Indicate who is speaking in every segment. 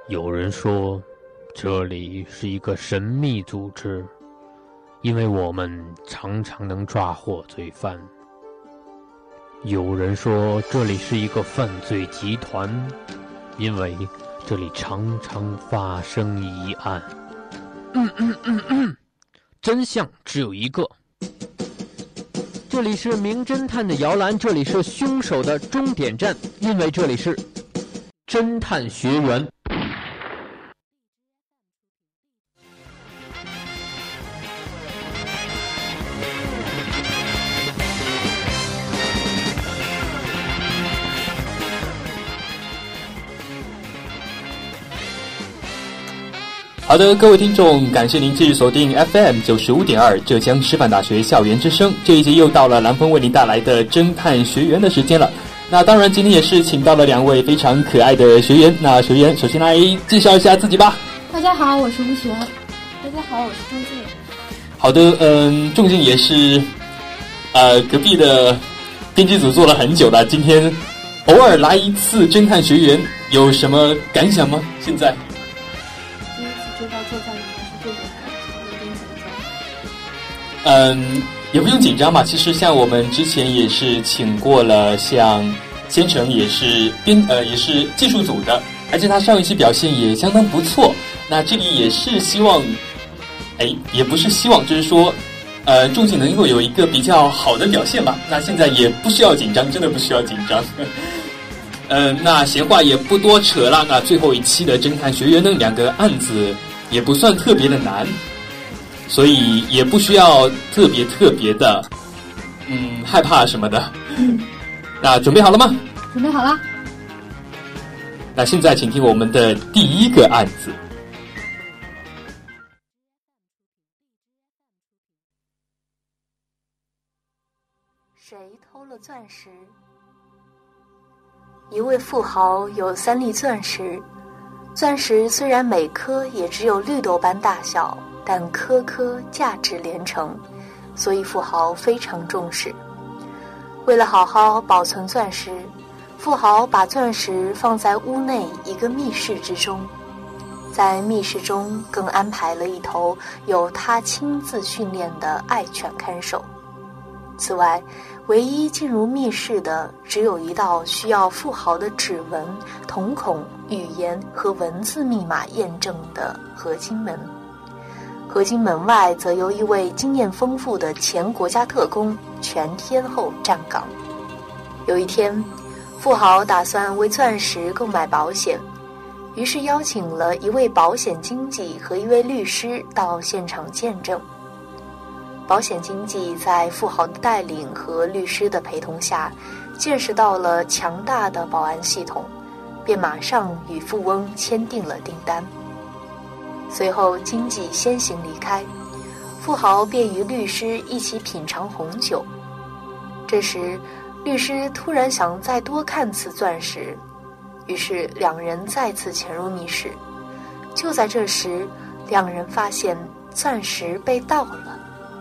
Speaker 1: 有人说，这里是一个神秘组织，因为我们常常能抓获罪犯。有人说，这里是一个犯罪集团，因为这里常常发生疑案。真相只有一个。这里是名侦探的摇篮，这里是凶手的终点站，因为这里是侦探学园。
Speaker 2: 好的，各位听众，感谢您继续锁定 FM 95.2浙江师范大学校园之声。这一集又到了蓝峰为您带来的侦探学员的时间了。那当然，今天也是请到了两位非常可爱的学员。那学员首先来介绍一下自己吧。
Speaker 3: 大家好，我是吴璇。大家好，我是仲静。
Speaker 2: 好的，仲静也是隔壁的编辑组做了很久了，今天偶尔来一次侦探学员，有什么感想吗？现在？也不用紧张嘛。其实像我们之前也是请过了，像先成也是也是技术组的，而且他上一期表现也相当不错。那这里也是希望，也不是希望，就是说，仲景能够有一个比较好的表现吧。那现在也不需要紧张，真的不需要紧张。那闲话也不多扯了。那最后一期的侦探学员呢，两个案子也不算特别的难。所以也不需要特别的害怕什么的。那准备好了吗？
Speaker 3: 准备好了。
Speaker 2: 那现在请听我们的第一个案子。
Speaker 4: 谁偷了钻石？一位富豪有3粒钻石，钻石虽然每颗也只有绿豆般大小，但颗颗价值连城，所以富豪非常重视。为了好好保存钻石，富豪把钻石放在屋内一个密室之中，在密室中更安排了一头由他亲自训练的爱犬看守。此外，唯一进入密室的只有一道需要富豪的指纹、瞳孔、语言和文字密码验证的合金门。合金门外则由一位经验丰富的前国家特工全天候站岗。有一天，富豪打算为钻石购买保险，于是邀请了一位保险经纪和一位律师到现场见证。保险经纪在富豪的带领和律师的陪同下，见识到了强大的保安系统，便马上与富翁签订了订单。随后经纪先行离开，富豪便与律师一起品尝红酒。这时律师突然想再多看次钻石，于是两人再次潜入密室。就在这时，两人发现钻石被盗了。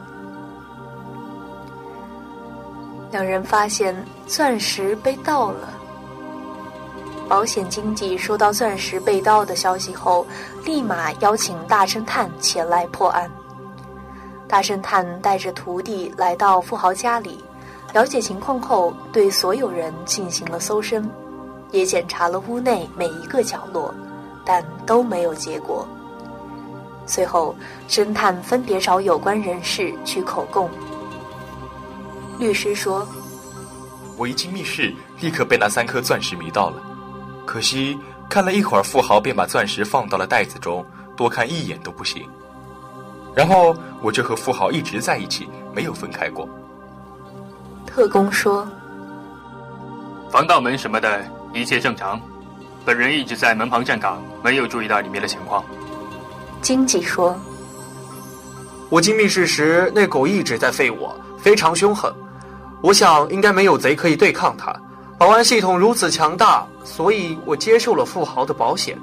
Speaker 4: 保险经纪收到钻石被盗的消息后，立马邀请大侦探前来破案。大侦探带着徒弟来到富豪家里，了解情况后，对所有人进行了搜身，也检查了屋内每一个角落，但都没有结果。随后，侦探分别找有关人士取口供。律师说：“
Speaker 5: 我一进密室，立刻被那3颗钻石迷到了。可惜看了一会儿，富豪便把钻石放到了袋子中，多看一眼都不行。然后我就和富豪一直在一起，没有分开过。”
Speaker 4: 特工说：“
Speaker 6: 防盗门什么的一切正常，本人一直在门旁站岗，没有注意到里面的情况。”
Speaker 4: 经纪说：“
Speaker 7: 我进密室时，那狗一直在吠我，非常凶狠。我想应该没有贼可以对抗它。保安系统如此强大，所以我接受了富豪的保险。”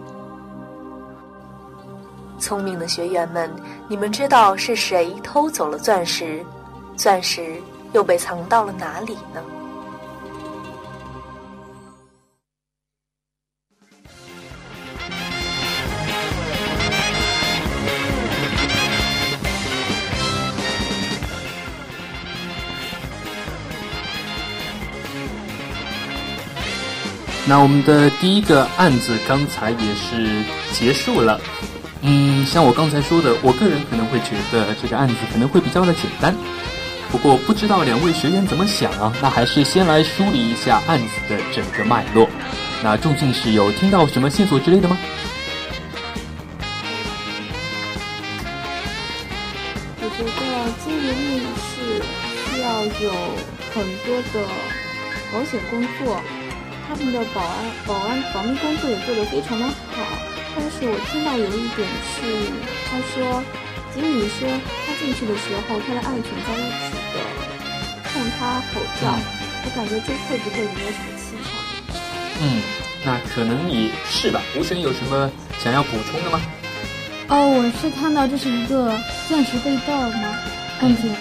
Speaker 4: 聪明的学员们，你们知道是谁偷走了钻石？钻石又被藏到了哪里呢？
Speaker 2: 那我们的第一个案子刚才也是结束了。像我刚才说的，我个人可能会觉得这个案子可能会比较的简单。不过不知道两位学员怎么想啊？那还是先来梳理一下案子的整个脉络。那仲敬是有听到什么线索之类的吗？
Speaker 3: 我觉得经营密室需要有很多的保险工作，他们的保密工作也做得非常的好。但是我听到有一点是，他说经理说他进去的时候，他的爱犬在一起的冲他吼叫，我感觉这会不会没有什么蹊跷？
Speaker 2: 那可能也是吧。吴璇有什么想要补充的吗？
Speaker 8: 我是看到这是一个钻石被盗嘛案件，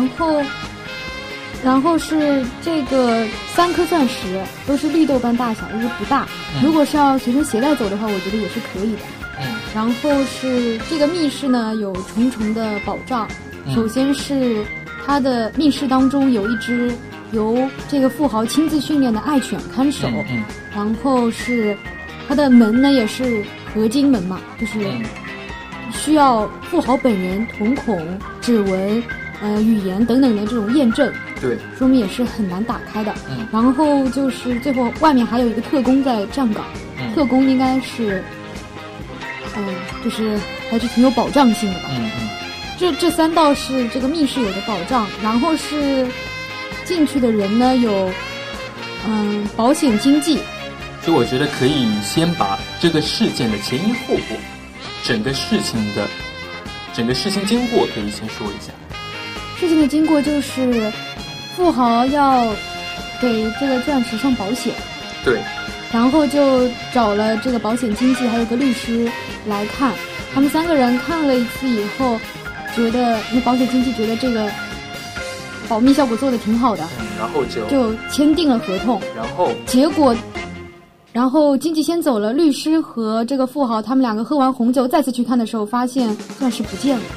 Speaker 8: 然后是这个3颗钻石都是绿豆般大小，就是不大。如果是要随身携带走的话，我觉得也是可以的。然后是这个密室呢有重重的保障。首先是它的密室当中有一只由这个富豪亲自训练的爱犬看守，然后是它的门呢也是合金门嘛，就是需要富豪本人瞳孔、指纹、语言等等的这种验证，
Speaker 2: 对，
Speaker 8: 说明也是很难打开的。然后就是最后外面还有一个特工在站岗，特工应该是，就是还是挺有保障性的吧。这3道是这个密室有的保障，然后是进去的人呢有，保险经纪。
Speaker 2: 所以我觉得可以先把这个事件的前因后果，整个事情经过可以先说一下。
Speaker 8: 事情的经过就是富豪要给这个钻石上保险，
Speaker 2: 对，
Speaker 8: 然后就找了这个保险经纪还有个律师来看，他们3个人看了一次以后，觉得那保险经纪觉得这个保密效果做得挺好的，
Speaker 2: 然后
Speaker 8: 就签订了合同，然后经纪先走了，律师和这个富豪他们2个喝完红酒再次去看的时候，发现钻石不见了。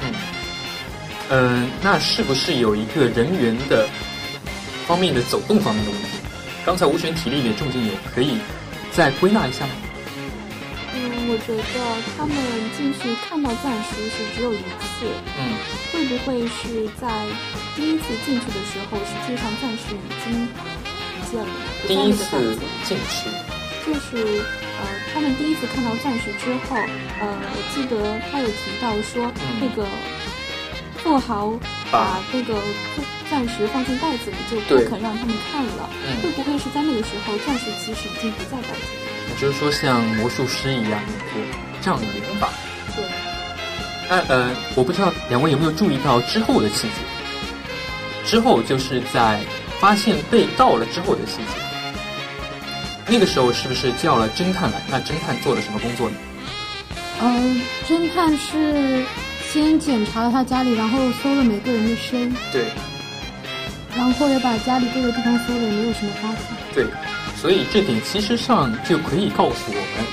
Speaker 2: 那是不是有一个人员的方面的走动方面的问题？刚才吴璇提了一点，仲敬有可以再归纳一下吗？
Speaker 3: 我觉得他们进去看到钻石是只有一次，会不会是在第一次进去的时候，实际上钻石已经不见了？
Speaker 2: 第一次进去
Speaker 3: 就是他们第一次看到钻石之后，我记得他有提到说，那个富豪把那个钻石放进袋子里，就不肯让他们看了。会不会是在那个时候，钻石其实已经不在袋子里？
Speaker 2: 也就是说，像魔术师一样一个障眼法。
Speaker 3: 对。
Speaker 2: 那我不知道两位有没有注意到之后的细节？之后就是在发现被盗了之后的细节。那个时候是不是叫了侦探来？那侦探做了什么工作呢？
Speaker 8: 侦探是先检查了他家里，然后搜了每个人的身，
Speaker 2: 对，
Speaker 8: 然后也把家里各个地方搜了，也没有什么发现。
Speaker 2: 对，所以这点其实上就可以告诉我们，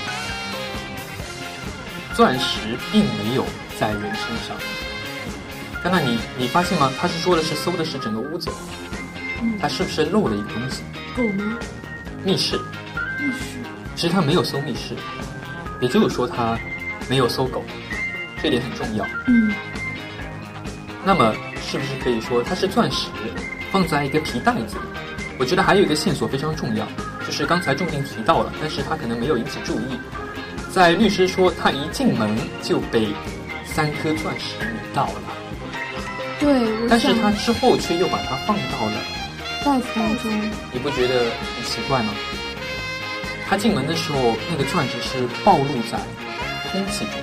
Speaker 2: 钻石并没有在人身上。刚才你发现吗？他是说的是搜的是整个屋子，他是不是漏了一个东西？
Speaker 8: 狗吗？
Speaker 2: 密室。其实他没有搜密室，也就是说他没有搜狗，这点很重要。那么是不是可以说它是钻石放在一个皮袋子里？我觉得还有一个线索非常重要，就是刚才仲敬提到了，但是他可能没有引起注意。在律师说他一进门就被3颗钻石迷到了，
Speaker 8: 对，
Speaker 2: 但是他之后却又把它放到了
Speaker 8: 袋子当中，
Speaker 2: 你不觉得很奇怪吗？他进门的时候，那个钻石是暴露在空气中。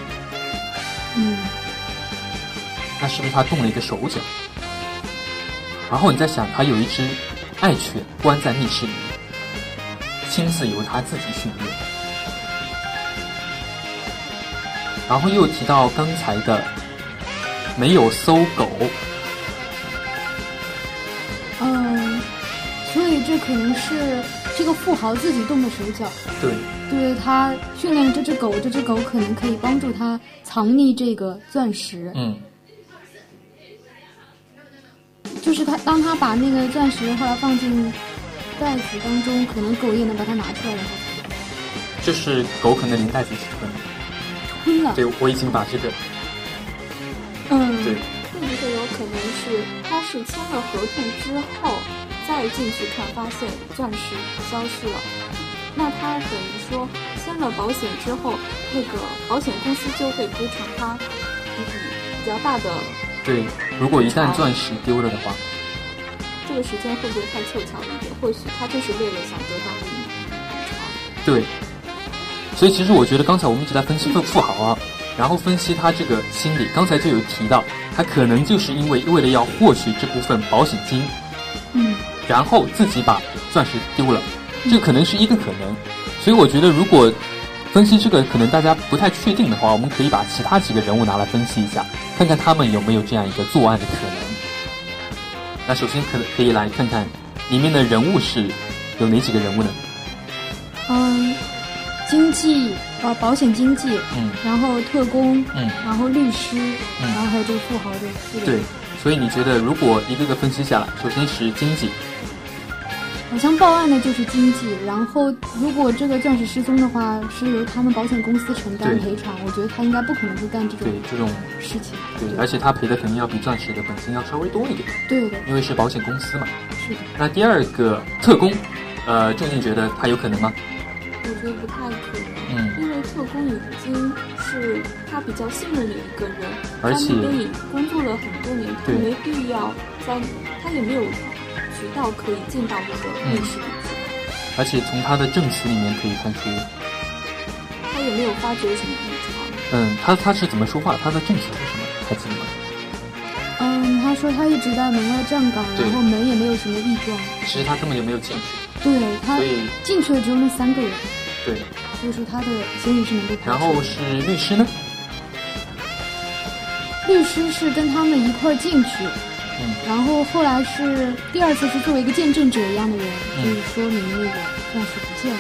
Speaker 2: 那是不是他动了一个手脚？然后你在想，他有一只爱犬关在密室里，亲自由他自己训练。然后又提到刚才的没有搜狗。
Speaker 8: 所以这可能是这个富豪自己动的手脚。对，他训练这只狗，这只狗可能可以帮助他藏匿这个钻石。就是当他把那个钻石后来放进袋子当中，可能狗也能把它拿出来，然后
Speaker 2: 就是狗可能连袋子一起
Speaker 8: 吞了。
Speaker 2: 对，我已经把这个，对，
Speaker 3: 会不会有可能是他是签了合同之后再进去看，发现钻石消失了？那他等于说签了保险之后，那个保险公司就会赔偿他一笔比较大的。
Speaker 2: 对，如果一旦钻石丢了的话，
Speaker 3: 这个时间会不会太凑巧了一点？或许他就是为了想得到那一笔赔偿。
Speaker 2: 对，所以其实我觉得刚才我们一直在分析富豪啊，然后分析他这个心理，刚才就有提到，他可能就是因为了要获取这部分保险金，然后自己把钻石丢了，这可能是一个可能。所以我觉得如果分析这个可能大家不太确定的话，我们可以把其他几个人物拿来分析一下，看看他们有没有这样一个作案的可能。那首先可以来看看里面的人物是有哪几个人物呢？
Speaker 8: 经纪保险经纪，然后特工，然后律师，然后还有这个富豪的4个人。
Speaker 2: 对，所以你觉得如果一个个分析下来，首先是经纪，
Speaker 8: 好像报案的就是经纪，然后如果这个钻石失踪的话，是由他们保险公司承担赔偿。我觉得他应该不可能会干这种事情。
Speaker 2: 对，而且他赔的肯定要比钻石的本金要稍微多一点。
Speaker 8: 对的，
Speaker 2: 因为是保险公司嘛。
Speaker 8: 是的。
Speaker 2: 那第二个特工，仲静觉得他有可能吗？
Speaker 3: 我觉得不太可能，因为特工已经是他比较信任的一个人，
Speaker 2: 而且
Speaker 3: 他那边也工作了很多年，他没必要他也没有渠道可以进到那个密室里去。
Speaker 2: 而且从他的证词里面可以看出，
Speaker 3: 他也没有发觉什么异常。
Speaker 2: 他是怎么说话？他的证词是什么？还记得吗？
Speaker 8: 他说他一直在门外站岗，然后门也没有什么异状。
Speaker 2: 其实他根本就没有进去。
Speaker 8: 对，他进去了只有那3个人。
Speaker 2: 对，
Speaker 8: 所以说他的嫌疑是能被排除。
Speaker 2: 然后是律师呢？
Speaker 8: 律师是跟他们一块儿进去，然后后来是第2次是作为一个见证者一样的人，就是说明那个钻石不见了。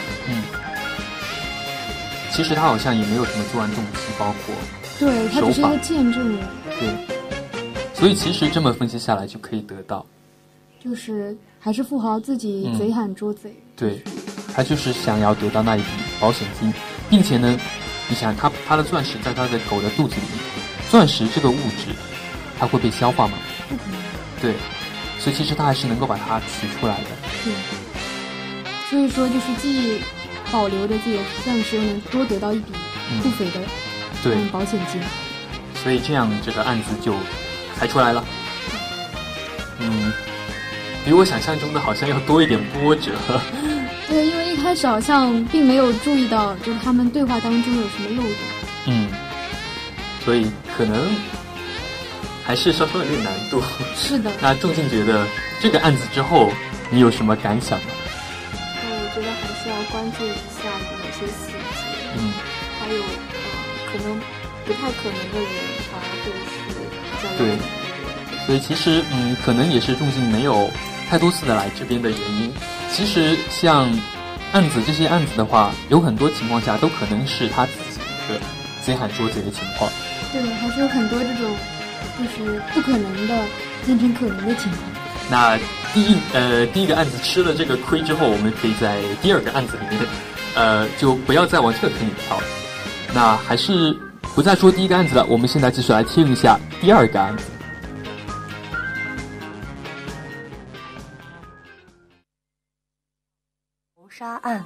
Speaker 2: 其实他好像也没有什么作案动机，包括
Speaker 8: 对他只是一个见证人。
Speaker 2: 对，所以其实这么分析下来就可以得到，
Speaker 8: 就是还是富豪自己贼喊捉贼。
Speaker 2: 对，他就是想要得到那一笔保险金，并且呢，你想他的钻石在他的狗的肚子里，钻石这个物质，它会被消化吗？
Speaker 8: 不可能。
Speaker 2: 对，所以其实他还是能够把它取出来的。
Speaker 8: 对，所以说就是既保留着自己的钻石，又能多得到一笔不菲的保险金。
Speaker 2: 所以这样这个案子就猜出来了。比我想象中的好像要多一点波折。
Speaker 8: 对，因为一开始好像并没有注意到，就是他们对话当中有什么漏洞。
Speaker 2: 所以可能还是稍稍有点难度。
Speaker 8: 是的。
Speaker 2: 那仲静觉得这个案子之后，你有什么感想吗？
Speaker 3: 我觉得还是要关注一下某些细节。还有可能不太可能的人，反而会是比较有可能的人。
Speaker 2: 所以其实可能也是仲静没有太多次的来这边的原因。其实像这些案子的话，有很多情况下都可能是他自己一个贼喊捉贼的情况。
Speaker 8: 对，还是有很多这种就是不可能的变成可能的情况。
Speaker 2: 那第一个案子吃了这个亏之后，我们可以在第2个案子里面就不要再往这个坑里跳了。那还是不再说第一个案子了，我们现在继续来听一下第2个案子。
Speaker 4: 谋杀案。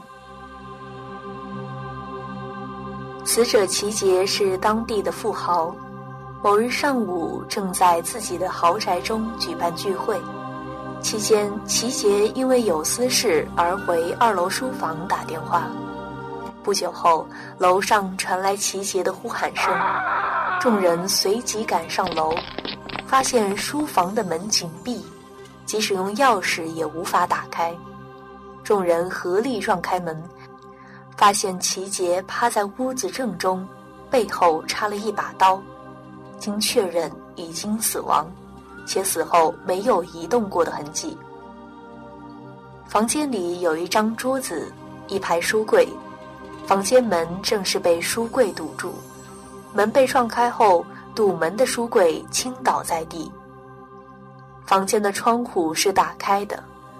Speaker 4: 死者齐杰是当地的富豪，某日上午正在自己的豪宅中举办聚会，期间齐杰因为有私事而回2楼书房打电话。不久后，楼上传来齐杰的呼喊声，众人随即赶上楼，发现书房的门紧闭，即使用钥匙也无法打开。众人合力撞开门，发现齐杰趴在屋子正中，背后插了一把刀，经确认已经死亡，且死后没有移动过的痕迹。房间里有一张桌子，一排书柜，房间门正是被书柜堵住，门被撞开后，堵门的书柜倾倒在地。房间的窗户是打开的，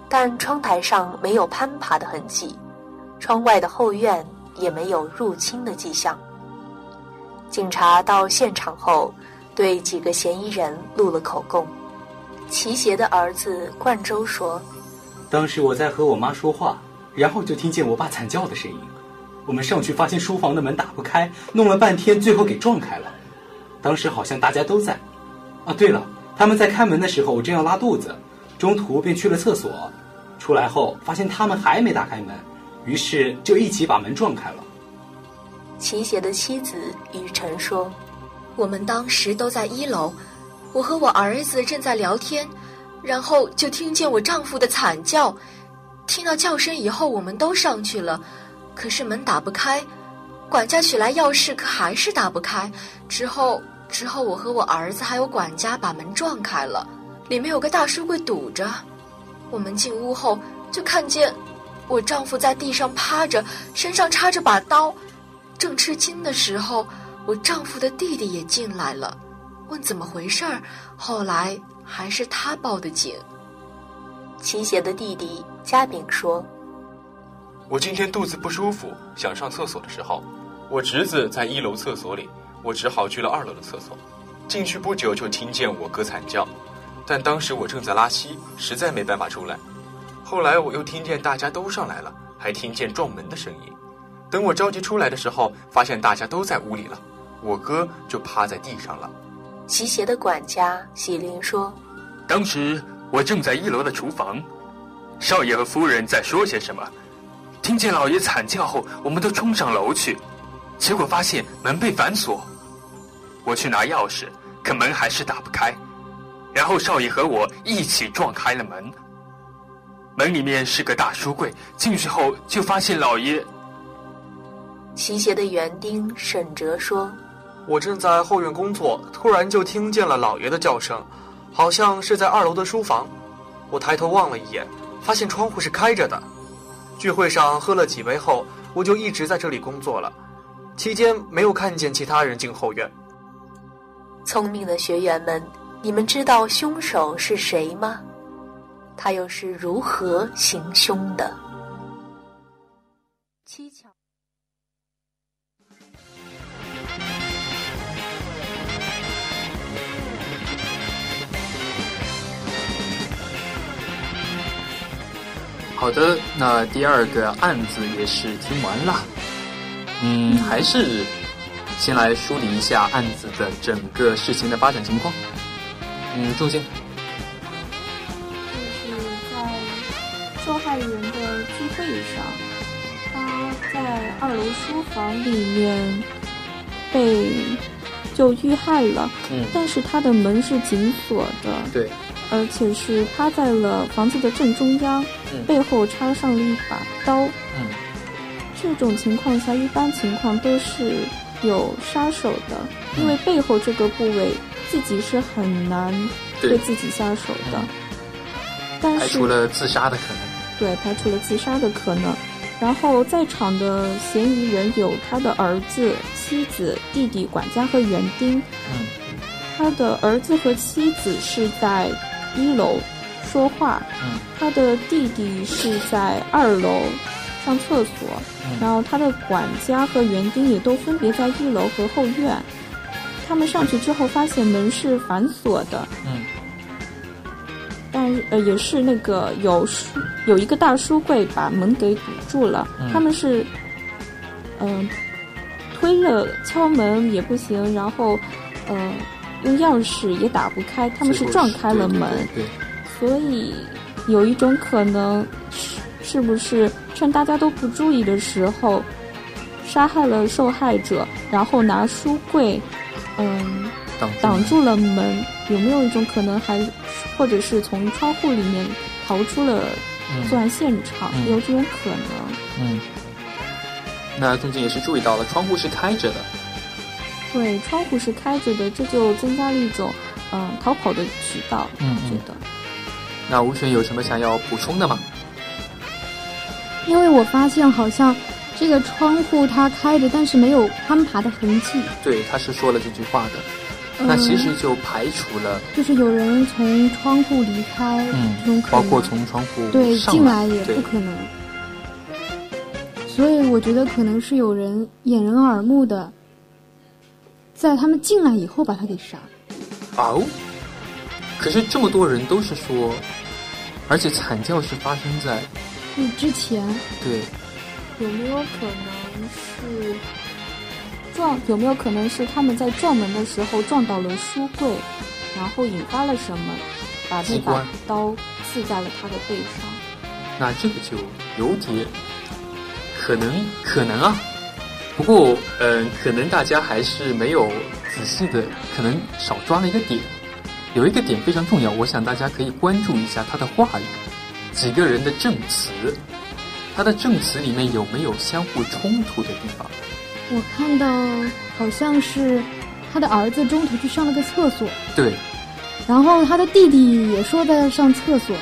Speaker 4: 但窗台上没有攀爬的痕迹，窗外的后院也没有入侵的迹象。警察到现场后，对几个嫌疑人录了口供。齐协的儿子冠周说：
Speaker 9: 当时我在和我妈说话，然后就听见我爸惨叫的声音。我们上去发现书房的门打不开，弄了半天最后给撞开了。当时好像大家都在。对了，他们在开门的时候我正要拉肚子，中途便去了厕所，出来后发现他们还没打开门，于是就一起把门撞开了。
Speaker 4: 齐协的妻子雨辰说：我们当时都在1楼，我和我儿子正在聊天，然后就听见我丈夫的惨叫，听到叫声以后我们都上去了，可是门打不开，管家取来钥匙可还是打不开，之后我和我儿子还有管家把门撞开了，里面有个大书柜堵着。我们进屋后就看见我丈夫在地上趴着，身上插着把刀，正吃惊的时候，我丈夫的弟弟也进来了，问怎么回事儿，后来还是他报的警。齐协的弟弟嘉炳说：
Speaker 5: 我今天肚子不舒服，想上厕所的时候，我侄子在1楼厕所里，我只好去了2楼的厕所。进去不久就听见我哥惨叫，但当时我正在拉稀，实在没办法出来。后来我又听见大家都上来了，还听见撞门的声音。等我着急出来的时候，发现大家都在屋里了，我哥就趴在地上了。
Speaker 4: 齐协的管家喜林说：
Speaker 6: 当时我正在1楼的厨房，少爷和夫人在说些什么，听见老爷惨叫后，我们都冲上楼去，结果发现门被反锁。我去拿钥匙，可门还是打不开，然后少爷和我一起撞开了门。门里面是个大书柜，进去后就发现老爷。
Speaker 4: 齐协的园丁沈哲说：
Speaker 7: 我正在后院工作，突然就听见了老爷的叫声，好像是在2楼的书房。我抬头望了一眼，发现窗户是开着的。聚会上喝了几杯后，我就一直在这里工作了，期间没有看见其他人进后院。
Speaker 4: 聪明的学员们，你们知道凶手是谁吗？他又是如何行凶的？蹊跷。
Speaker 2: 好的，那第2个案子也是听完了。还是先来梳理一下案子的整个事情的发展情况。仲兴。
Speaker 3: 就是在受害人的聚会上，他在2楼书房里面被就遇害了，但是他的门是紧锁的，
Speaker 2: 对，
Speaker 3: 而且是趴在了房子的正中央，背后插上了一把刀。这种情况下，一般情况都是有杀手的，因为背后这个部位自己是很难对自己下手的。但是
Speaker 2: 排除了自杀的可能。
Speaker 3: 对，排除了自杀的可能。然后在场的嫌疑人有他的儿子、妻子、弟弟、管家和园丁。他的儿子和妻子是在1楼说话，他的弟弟是在2楼上厕所，然后他的管家和园丁也都分别在1楼和后院。他们上去之后发现门是反锁的，但也是那个有一个大书柜把门给堵住了。他们是推了敲门也不行，然后用钥匙也打不开，他们是撞开了门。
Speaker 2: 对，
Speaker 3: 所以有一种可能是不是趁大家都不注意的时候杀害了受害者，然后拿书柜挡住了门？有没有一种可能或者是从窗户里面逃出了作案现场？有这种可能。
Speaker 2: 那仲兴也是注意到了窗户是开着的。
Speaker 3: 对，窗户是开着的，这就增加了一种逃跑的渠道。我觉得。
Speaker 2: 那吴璇有什么想要补充的吗？
Speaker 8: 因为我发现好像这个窗户它开着，但是没有攀爬的痕迹。
Speaker 2: 对，他是说了这句话的。 那其实就排除了，
Speaker 8: 就是有人从窗户离开，这种可能，
Speaker 2: 包括从窗户
Speaker 8: 对进来也
Speaker 2: 对
Speaker 8: 不可能。所以我觉得可能是有人掩人耳目的，在他们进来以后把他给杀。
Speaker 2: 哦，可是这么多人都是说，而且惨叫是发生在
Speaker 8: 之前。
Speaker 2: 对，
Speaker 3: 有没有可能是有没有可能是他们在撞门的时候撞倒了书柜，然后引发了什么，把那把刀刺在了他的背上？
Speaker 2: 那这个就有点可能啊。不过可能大家还是没有仔细的，可能少抓了一个点。有一个点非常重要，我想大家可以关注一下他的话语，几个人的证词，他的证词里面有没有相互冲突的地方？
Speaker 8: 我看到好像是他的儿子中途去上了个厕所，
Speaker 2: 对，
Speaker 8: 然后他的弟弟也说在上厕所，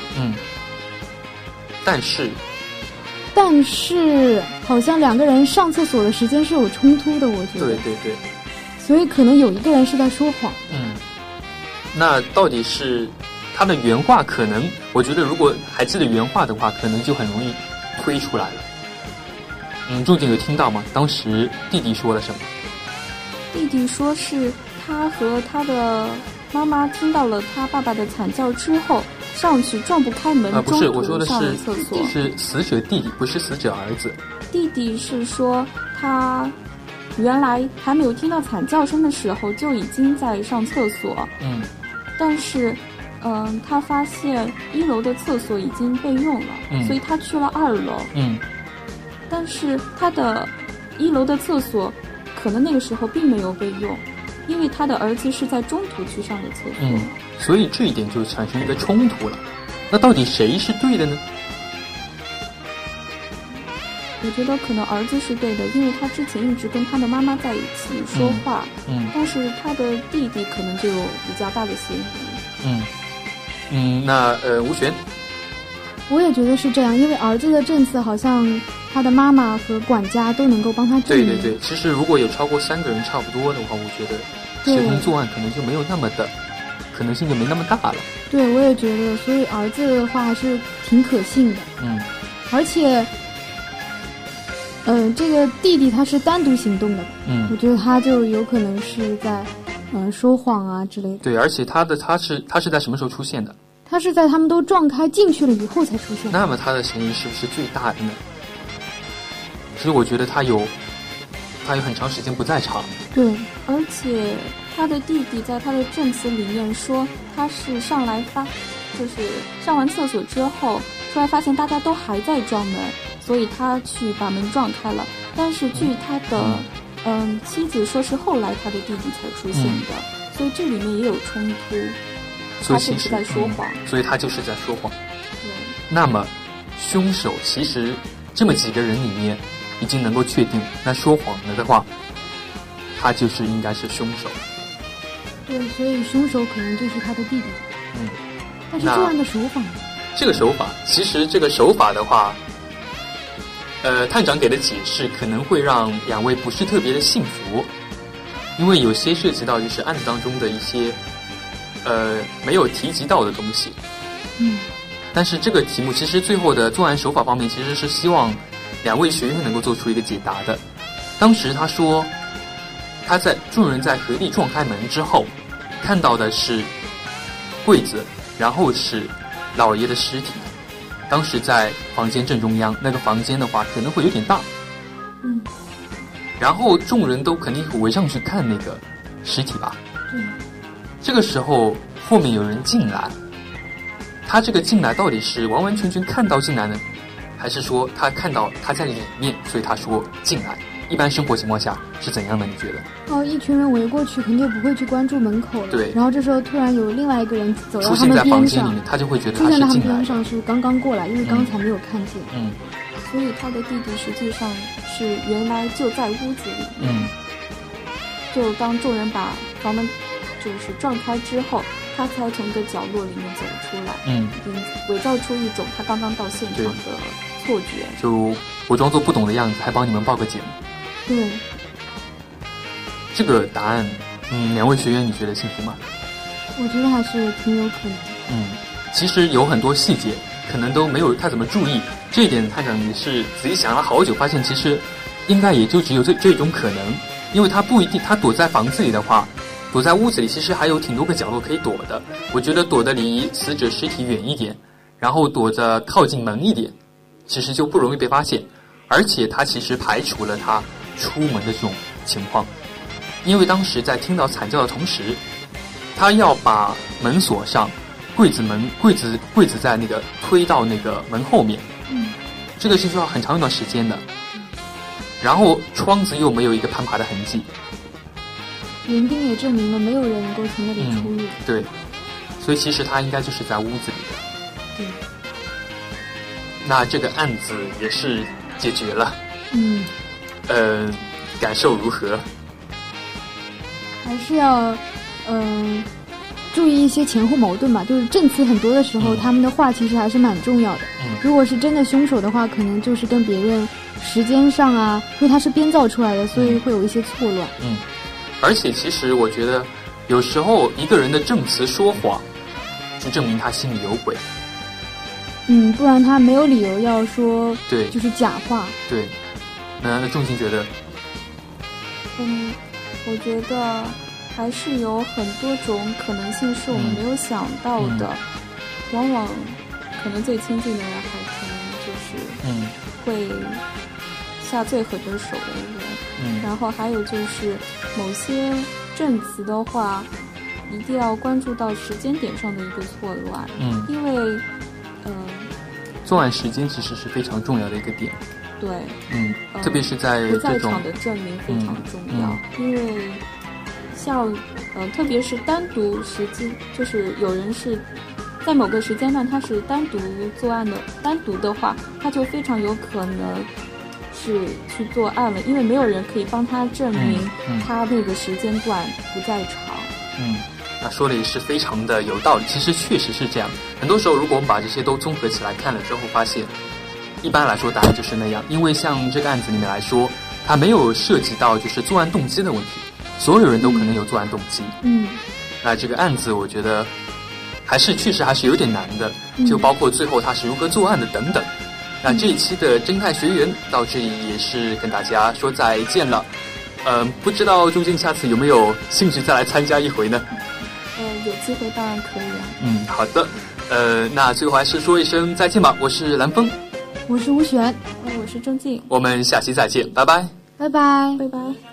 Speaker 8: 但是好像两个人上厕所的时间是有冲突的，我觉得。
Speaker 2: 对，
Speaker 8: 所以可能有一个人是在说谎。
Speaker 2: 那到底是他的原话？可能我觉得如果还记得原话的话，可能就很容易推出来了。仲景有听到吗？当时弟弟说了什么？
Speaker 3: 弟弟说是他和他的妈妈听到了他爸爸的惨叫之后，上去撞不开门，
Speaker 2: 不是，我说的
Speaker 3: 上了厕所。
Speaker 2: 是死者弟弟，不是死者儿子。
Speaker 3: 弟弟是说他原来还没有听到惨叫声的时候就已经在上厕所，但是他发现1楼的厕所已经被用了，所以他去了2楼，但是他的1楼的厕所可能那个时候并没有被用，因为他的儿子是在中途去上的厕所，
Speaker 2: 所以这一点就产生一个冲突了。那到底谁是对的呢？
Speaker 3: 我觉得可能儿子是对的，因为他之前一直跟他的妈妈在一起说话，但是他的弟弟可能就有比较大的嫌疑。
Speaker 2: 那吴璇，
Speaker 8: 我也觉得是这样，因为儿子的证词好像他的妈妈和管家都能够帮他证明。
Speaker 2: 对，其实如果有超过3个人差不多的话，我觉得协同作案可能就没有那么的可能性就没那么大了。
Speaker 8: 对，我也觉得，所以儿子的话还是挺可信的。而且这个弟弟他是单独行动的，我觉得他就有可能是在说谎啊之类的。
Speaker 2: 对，而且他是在什么时候出现的？
Speaker 8: 他是在他们都撞开进去了以后才出现的。
Speaker 2: 那么他的嫌疑是不是最大的呢？其实我觉得他有很长时间不在场。
Speaker 8: 对，
Speaker 3: 而且他的弟弟在他的证词里面说他是就是上完厕所之后出来发现大家都还在撞门，所以他去把门撞开了。但是据他的妻子说是后来他的弟弟才出现的，所以这里面也有冲突。
Speaker 2: 所以
Speaker 3: 他就是在说谎，
Speaker 2: 所以他就是在说谎。
Speaker 3: 对。
Speaker 2: 那么凶手其实这么几个人里面已经能够确定，那说谎了的话，他就是应该是凶手。
Speaker 8: 对，所以凶手可能就是他的弟弟。但是作案的手法呢？
Speaker 2: 这个手法，其实这个手法的话，探长给的解释可能会让2位不是特别的信服，因为有些涉及到就是案子当中的一些没有提及到的东西。但是这个题目其实最后的作案手法方面其实是希望2位学员能够做出一个解答的。当时他说众人在合力撞开门之后，看到的是柜子，然后是老爷的尸体。当时在房间正中央，那个房间的话可能会有点大，然后众人都肯定围上去看那个尸体吧。这个时候后面有人进来，他这个进来到底是完完全全看到进来呢，还是说他看到他在里面，所以他说进来？一般生活情况下是怎样的？你觉得？
Speaker 8: 一群人围过去，肯定不会去关注门口了。
Speaker 2: 对。
Speaker 8: 然后这时候突然有另外一个人走到他们边上，
Speaker 2: 出现在房间里面，他就会觉得他是进来。
Speaker 8: 出现在他们边上是刚刚过来，因为刚才没有看见。
Speaker 3: 所以他的弟弟实际上是原来就在屋子里。就当众人把房门就是撞开之后，他才从一个角落里面走出来。伪造出一种他刚刚到现场的错觉。
Speaker 2: 就我装作不懂的样子，还帮你们报个警。
Speaker 8: 对，
Speaker 2: 这个答案两位学员你觉得幸福吗？
Speaker 8: 我觉得还是挺有可能。
Speaker 2: 其实有很多细节可能都没有太怎么注意，这一点探长也是仔细想了好久，发现其实应该也就只有这种可能，因为他不一定，他躲在房子里的话，躲在屋子里其实还有挺多个角落可以躲的。我觉得躲得离死者尸体远一点，然后躲着靠近门一点，其实就不容易被发现。而且他其实排除了他出门的这种情况，因为当时在听到惨叫的同时，他要把门锁上，柜子在那个推到那个门后面，这个是需要很长一段时间的。然后窗子又没有一个攀爬的痕迹，
Speaker 8: 园丁也证明了没有人能够从那里出入。
Speaker 2: 对，所以其实他应该就是在屋子里的。
Speaker 8: 对，
Speaker 2: 那这个案子也是解决了。感受如何？
Speaker 8: 还是要注意一些前后矛盾吧，就是证词很多的时候，他们的话其实还是蛮重要的。如果是真的凶手的话，可能就是跟别人时间上啊，因为他是编造出来的，所以会有一些错乱。
Speaker 2: 而且其实我觉得有时候一个人的证词说谎，就证明他心里有鬼。
Speaker 8: 不然他没有理由要说
Speaker 2: 对，
Speaker 8: 就是假话。
Speaker 2: 对，那仲卿觉得？
Speaker 3: 我觉得还是有很多种可能性是我们没有想到的，往往可能最亲近的人还可能就是会下最狠的手的人，然后还有就是某些证词的话，一定要关注到时间点上的一个错乱，因为
Speaker 2: 作案时间其实是非常重要的一个点。
Speaker 3: 对，
Speaker 2: 特别是在
Speaker 3: 不在场的证明非常重要，因为像特别是单独时间，就是有人是在某个时间段他是单独作案的，单独的话，他就非常有可能是去作案了，因为没有人可以帮他证明他那个时间段不在场。
Speaker 2: 那说的也是非常的有道理，其实确实是这样。很多时候如果我们把这些都综合起来看了之后，发现一般来说答案就是那样，因为像这个案子里面来说，它没有涉及到就是作案动机的问题，所有人都可能有作案动机。那这个案子我觉得确实还是有点难的，就包括最后他是如何作案的等等。那这一期的侦探学园到这里也是跟大家说再见了。不知道仲卿下次有没有兴趣再来参加一回呢？
Speaker 3: 有机会当然可以啊。
Speaker 2: 好的。那最后还是说一声再见吧。我是蓝峰，
Speaker 8: 我是吴璇，
Speaker 3: 我是仲卿，
Speaker 2: 我们下期再见，拜拜，
Speaker 8: 拜拜，
Speaker 3: 拜拜。